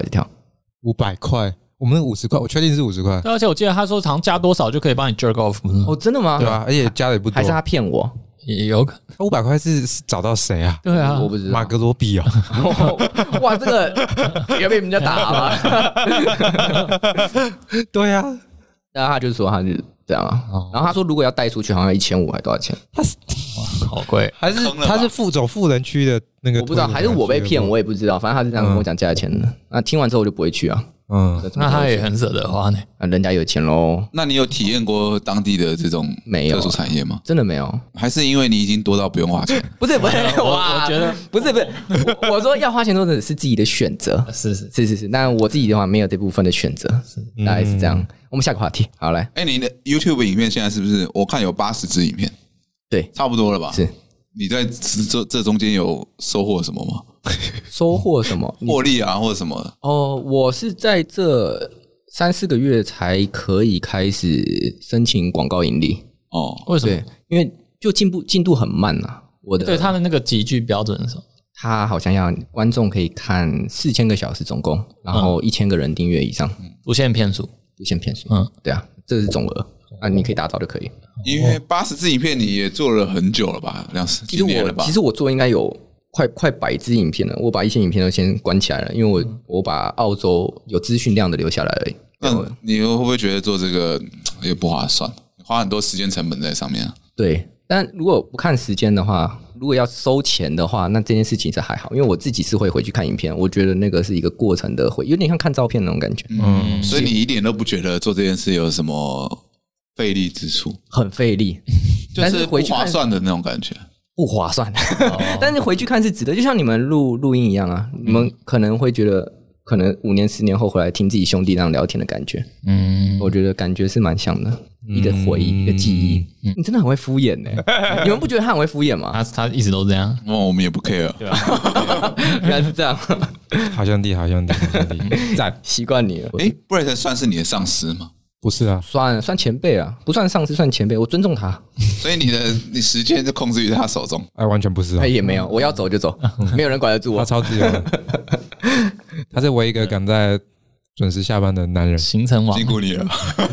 500块，我们50块，我确定是50块。 对，而且我记得他说，常加多少就可以帮你 jerk off。 真的吗？ 对啊，而且加的也不多。 还是他骗我？ 也有可能。500块是找到谁啊？ 对啊， 我不知道。 马格罗比啊！ 哇，这个要被人家打了吧？ 对啊。 然后他就说他是这样啊，然后他说如果要带出去好像1500还多少钱？ 他是好贵， 还是他是走富人区的那个？ 我不知道，还是我被骗，我也不知道。反正他是这样跟我讲价钱的。那听完之后我就不会去啊。 那他也很舍得花呢。 人家有钱喽。 那你有体验过当地的这种特殊产业吗？ 真的没有， 还是因为你已经多到不用花钱？ 不是， 我觉得不是，我说要花钱多的是自己的选择，是。但我自己的话没有这部分的选择，大概是这样。我们下个话题，好来。 你的 YouTube 影片现在是不是我看有80支影片？ 对， 差不多了吧？ 是。 你在这中间有收获什么吗？ 收获什么？ 获利啊，或者什么？ 我是在这3-4个月才可以开始申请广告盈利。 为什么？ 对，因为就进度很慢啊。 对他的那个集聚标准是什么？ 他好像要观众可以看4000个小时总共，然后1000个人订阅以上， 不限片数， 对啊，这是总额啊，你可以达到就可以。 因为80支影片你也做了很久了吧？2-3年了吧？ 其实我做应该有快100支影片了，我把一些影片都先关起来了，因为我把澳洲有资讯量的留下来而已。 那你会不会觉得做这个也不划算？花很多时间成本在上面啊？ 对，但如果不看时间的话， 如果要收钱的话，那这件事情是还好，因为我自己是会回去看影片，我觉得那个是一个过程的有点像看照片那种感觉。 所以你一点都不觉得做这件事有什么费力之处？ 很费力， 就是不划算的那种感觉。 不划算，但是回去看是值得，就像你们录音一样啊，你们可能会觉得，可能5年10年后回来听自己兄弟那样聊天的感觉，我觉得感觉是蛮像的，一个回忆，一个记忆。你真的很会敷衍呢，你们不觉得他很会敷衍吗？ 他一直都这样， 我们也不 care， 对吧？ 原来是这样， 好兄弟，赞， 习惯你了。 Brett 算是你的上司吗？ 不是啊， 算前辈啊，不算上司，算前辈，我尊重他。 所以你时间就控制于他手中？ 完全不是啊， 也没有，我要走就走，没有人管得住我。 他超自由的，他是唯一一个敢在准时下班的男人。 行程网， 辛苦你了，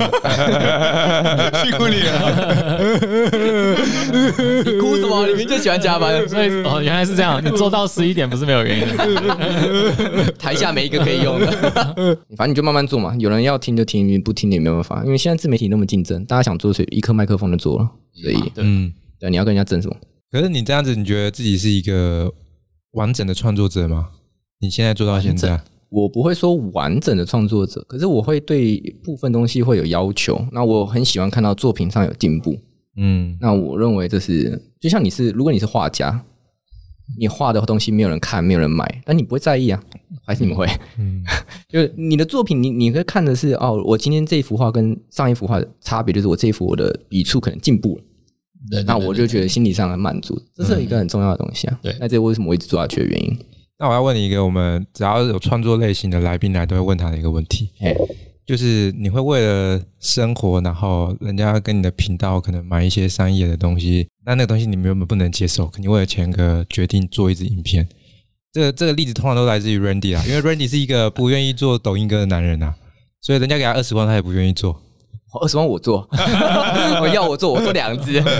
辛苦你了。 你哭什么？你明明就喜欢加班， 所以原来是这样，你做到11点不是没有原因的。 台下没一个可以用的，反正你就慢慢做嘛。有人要听就听，你不听也没办法，因为现在自媒体那么竞争，大家想做所以一颗麦克风就做了，所以对，你要跟人家争什么？ 可是你这样子，你觉得自己是一个完整的创作者吗？你现在做到现在？ 我不会说完整的创作者，可是我会对部分东西会有要求。那我很喜欢看到作品上有进步。那我认为这是就像如果你是画家，你画的东西没有人看，没有人买，但你不会在意啊，还是你们会？就是你的作品，你会看的是我今天这一幅画跟上一幅画的差别，就是我这一幅我的笔触可能进步了。那我就觉得心理上很满足，这是一个很重要的东西啊。对，那这为什么我一直做下去的原因。 那我要问你一个，我们只要有创作类型的来宾来，都会问他的一个问题，就是你会为了生活，然后人家跟你的频道可能买一些商业的东西，那个东西你们原本不能接受，可你为了钱决定做一支影片。这个例子通常都来自于 Randy 因为 Randy 是一个不愿意做抖音歌的男人所以人家给他20万，他也不愿意做。 20万我做，我做2支。不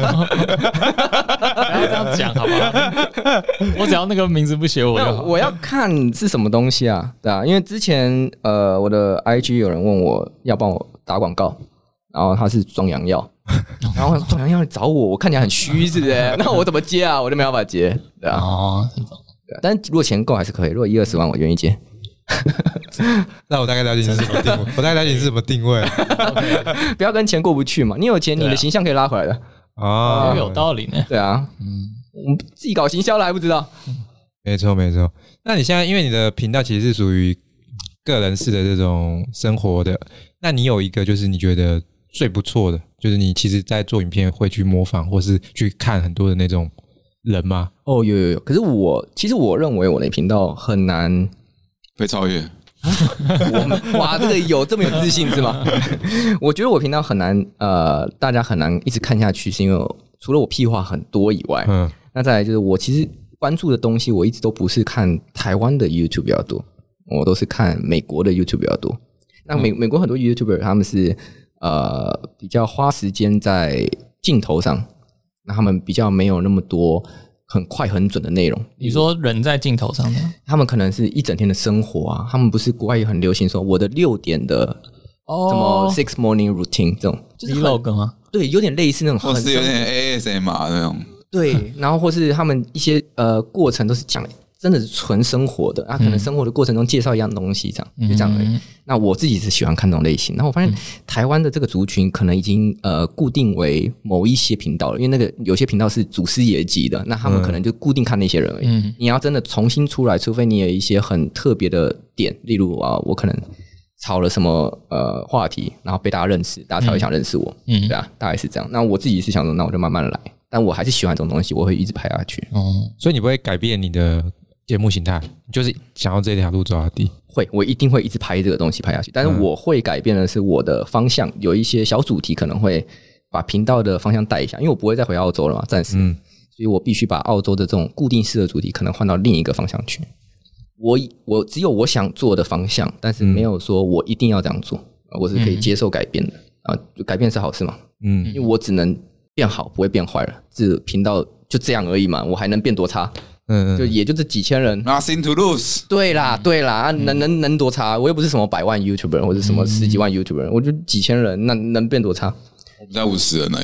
要这样讲好不好？我只要那个名字不写我就好。 我要看是什么东西啊？对啊，因为之前我的 IG 有人问我要帮我打广告，然后他是壮阳药，然后壮阳药找我看起来很虚，是不是？那我怎么接啊？我就没办法接，对啊。对啊，但是如果钱够还是可以，如果20-20万我愿意接。 那我大概了解你是什么定位，定位。 不要跟钱过不去嘛，你有钱，你的形象可以拉回来的。 有道理呢。 对啊，我们自己搞行销了还不知道。 没错。那你现在因为你的频道其实是属于个人式的这种生活的，那你有一个就是你觉得最不错的，就是你其实在做影片会去模仿或是去看很多的那种人吗？ 有。可是其实我认为我的频道很难被超越。 哇，这个这么有自信是吗？我觉得我频道很难大家很难一直看下去，是因为除了我屁话很多以外，那再来就是我其实关注的东西，我一直都不是看台湾的 YouTube 比较多，我都是看美国的 YouTube 比较多。那美国很多 YouTuber 他们是比较花时间在镜头上，那他们比较没有那么多很快很准的内容。 你说人在镜头上的， 他们可能是一整天的生活啊，他们不是国外也很流行说我的6点的什么 6 morning routine 这种，就是 vlog 吗？ 对，有点类似那种， 或是有点 ASMR 那种。 对，然后或是他们一些过程都是讲真的是纯生活的可能生活的过程中介绍一样东西，这样就这样而已。那我自己是喜欢看这种类型，然后我发现台湾的这个族群可能已经固定为某一些频道了，因为那个有些频道是祖师爷级的，那他们可能就固定看那些人而已。你要真的重新出来，除非你有一些很特别的点，例如我可能炒了什么话题，然后被大家认识，大家才会想认识我。对啊，大概是这样。那我自己是想说，那我就慢慢来，但我还是喜欢这种东西，我会一直拍下去。 所以你不会改变你的节目形态，你就是想要这条路走到底。 我一定会一直拍这个东西拍下去，但是我会改变的是我的方向，有一些小主题可能会把频道的方向带一下，因为我不会再回澳洲了嘛，暂时，所以我必须把澳洲的这种固定式的主题可能换到另一个方向去。我只有我想做的方向，但是没有说我一定要这样做，我是可以接受改变的就改变是好事嘛，因为我只能变好，不会变坏了，这频道就这样而已嘛，我还能变多差？就也就这几千人 ，Nothing to lose。 对啦，能多差？我又不是什么100万 YouTuber 或者什么10几万 YouTuber，我就几千人，那能变多差？ 我们在50人而已。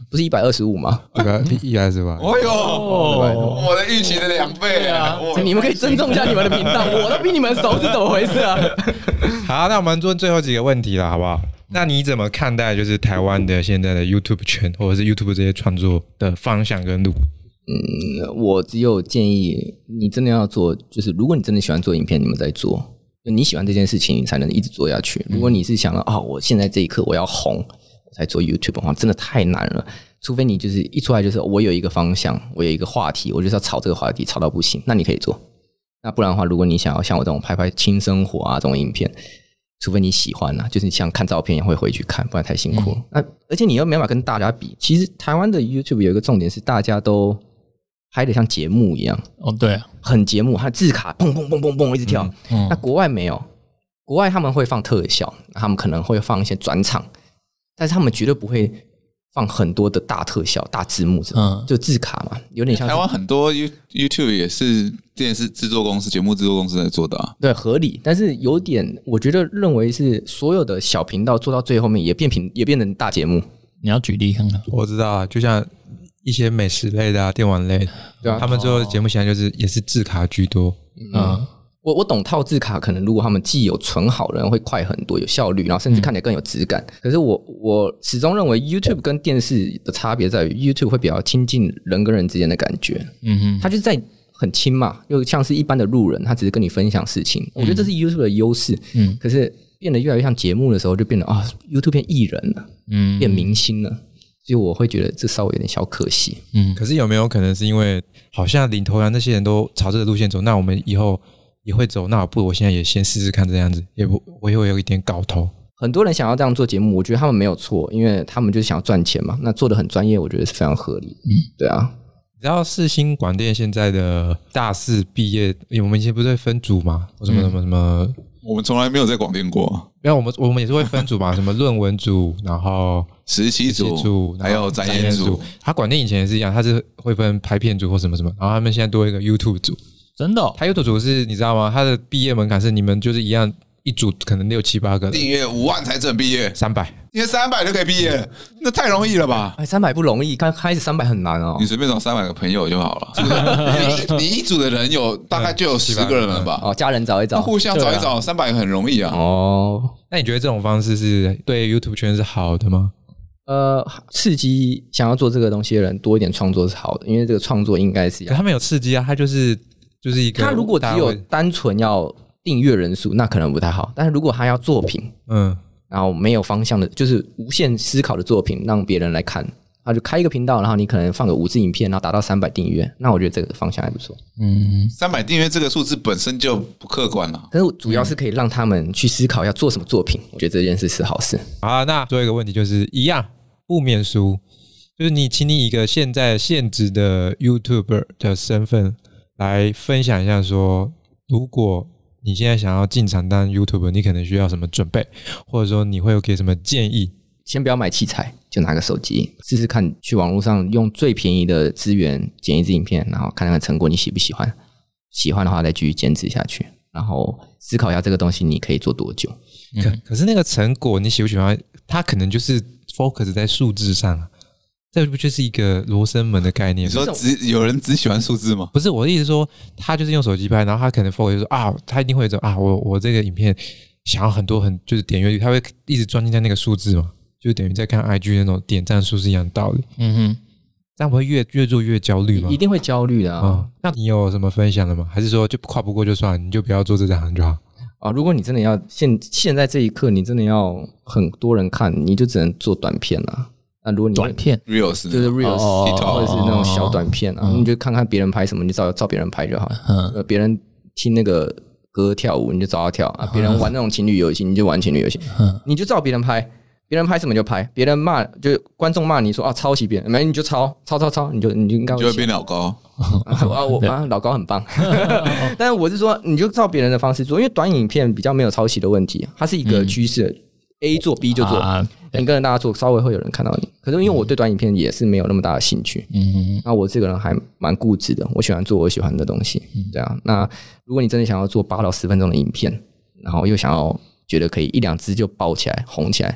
不是125吗 ？125。 哦哟，我的预期的2倍啊！ 你们可以尊重一下你们的频道，我都比你们熟，是怎么回事啊？ 好，那我们做最后几个问题了，好不好？那你怎么看待就是台湾的现在的 YouTube 圈，或者是 YouTube 这些创作的方向跟路？ 我只有建议你真的要做，就是如果你真的喜欢做影片，你们在做，你喜欢这件事情，你才能一直做下去。如果你是想了我现在这一刻我要红，我才做 YouTube 的话，真的太难了。除非你就是一出来就是我有一个方向，我有一个话题，我就是要炒这个话题，炒到不行，那你可以做。那不然的话，如果你想要像我这种拍轻生活啊这种影片，除非你喜欢啊，就是你像看照片也会回去看，不然太辛苦了。那而且你又没办法跟大家比。其实台湾的 YouTube 有一个重点是，大家都拍得像节目一样。 对啊， 很节目，它字卡砰砰砰砰砰一直跳。那国外没有，国外他们会放特效，他们可能会放一些转场，但是他们绝对不会放很多的大特效、大字幕，就字卡嘛，有点像。 台湾很多 YouTube 也是电视制作公司、节目制作公司在做的啊。 对，合理，但是有点，我觉得认为是所有的小频道做到最后面也变成大节目。 你要举例看看。 我知道啊，就像一些美食类的电玩类的，对啊，他们最后的节目现在就是也是字卡居多。 我懂套字卡，可能如果他们既有存好的人会快很多，有效率，然后甚至看起来更有质感。可是我始终认为 YouTube 跟电视的差别在于 YouTube 会比较亲近人跟人之间的感觉。它就是在很亲嘛，又像是一般的路人，他只是跟你分享事情。我觉得这是 YouTube 的优势。可是变得越来越像节目的时候，就变得YouTube 变艺人了，变明星了。所以我会觉得这稍微有点小可惜。 可是有没有可能是因为好像领头羊那些人都朝这个路线走，那我们以后也会走，那我现在也先试试看这样子，我也会有一点搞头。 很多人想要这样做节目，我觉得他们没有错，因为他们就是想要赚钱嘛。那做得很专业，我觉得是非常合理。对啊。 你知道世新广电现在的大四毕业，因为我们以前不是会分组嘛，什么。 我们从来没有在广电过。 没有，我们也是会分组嘛，什么论文组，然后实习组，还有展演组。 他广电以前也是一样，他是会分拍片组或什么什么，然后他们现在多一个 YouTube 组。 真的他 YouTube 组是你知道吗？他的毕业门槛是你们就是一样，一组可能6、7、8个订阅5万才准毕业 ，300， 因为300就可以毕业，那太容易了吧 ？300不容易，刚开始300很难哦。 你随便找300个朋友就好了。你一组的人大概就有10个人了吧？ 家人找一找， 互相找一找，300个很容易啊。 那你觉得这种方式是对 YouTube 圈是好的吗？ 刺激想要做这个东西的人多一点创作是好的，因为这个创作应该是可他们有刺激啊，他就是一个。 他如果只有单纯要订阅人数，那可能不太好。但是如果他要作品，然后没有方向的，就是无限思考的作品，让别人来看，他就开一个频道，然后你可能放个5支影片，然后达到300订阅，那我觉得这个方向还不错。 300订阅这个数字本身就不客观了， 但是主要是可以让他们去思考要做什么作品，我觉得这件事是好事。 好，那最后一个问题就是一样不免俗，就是请你一个现在现职的 YouTuber 的身份来分享一下说，如果你现在想要进场当 YouTuber， 你可能需要什么准备，或者说你会有给什么建议？ 先不要买器材，就拿个手机试试看，去网络上用最便宜的资源剪一支影片，然后看看成果你喜不喜欢，喜欢的话再继续坚持下去，然后思考一下这个东西你可以做多久。 可是那个成果你喜不喜欢，它可能就是 focus 在数字上啊。这不就是一个罗生门的概念？ 你说有人只喜欢数字吗？ 不是，我的意思说，他就是用手机拍，然后他可能 focus 就说他一定会有我这个影片想要很多就是点阅率，他会一直专注在那个数字嘛，就等于在看 IG 那种点赞数是一样的道理。这样不会越做越焦虑吗？ 一定会焦虑的啊。 那你有什么分享的吗？还是说就跨不过就算了，你就不要做这行就好？ 如果你真的要现在这一刻，你真的要很多人看，你就只能做短片了。那如果你短片 reels 就是 reels 或者是那种小短片你就看看别人拍什么，你就照别人拍就好。别人听那个歌跳舞，你就照他跳别人玩那种情侣游戏，你就玩情侣游戏。你就照别人拍，别人拍什么就拍，别人骂就观众骂你说抄袭别人，没你就抄，你就应该会变老高。 老高很棒。但是我是说，你就照别人的方式做，因为短影片比较没有抄袭的问题，它是一个趋势。A 做 B 就做，你跟着大家做，稍微会有人看到你。可是因为我对短影片也是没有那么大的兴趣，那我这个人还蛮固执的，我喜欢做我喜欢的东西，这样。那如果你真的想要做8到10分钟的影片，然后又想要觉得可以1-2支就爆起来红起来，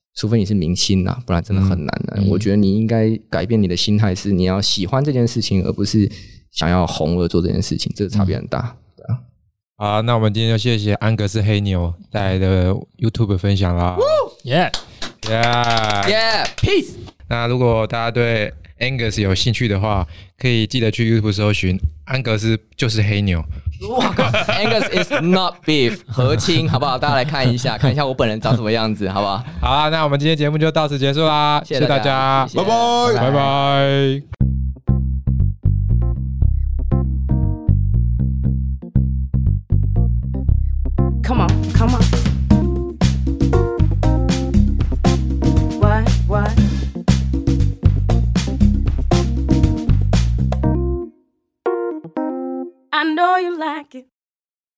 除非你是明星啊，不然真的很难的。我觉得你应该改变你的心态，是你要喜欢这件事情，而不是想要红而做这件事情，这个差别很大。 好，那我们今天就谢谢安格斯黑牛带来的 YouTube 分享啦。 Peace。 那如果大家对 Angus 有兴趣的话，可以记得去 YouTube 搜寻安格斯就是黑牛。 哇靠 ，Angus is not beef， 和亲，好不好？大家来看一下我本人长什么样子，好不好？ 好啦，那我们今天节目就到此结束啦，谢谢大家， 拜拜， 拜拜。 Come on, come on. What? I know you like it.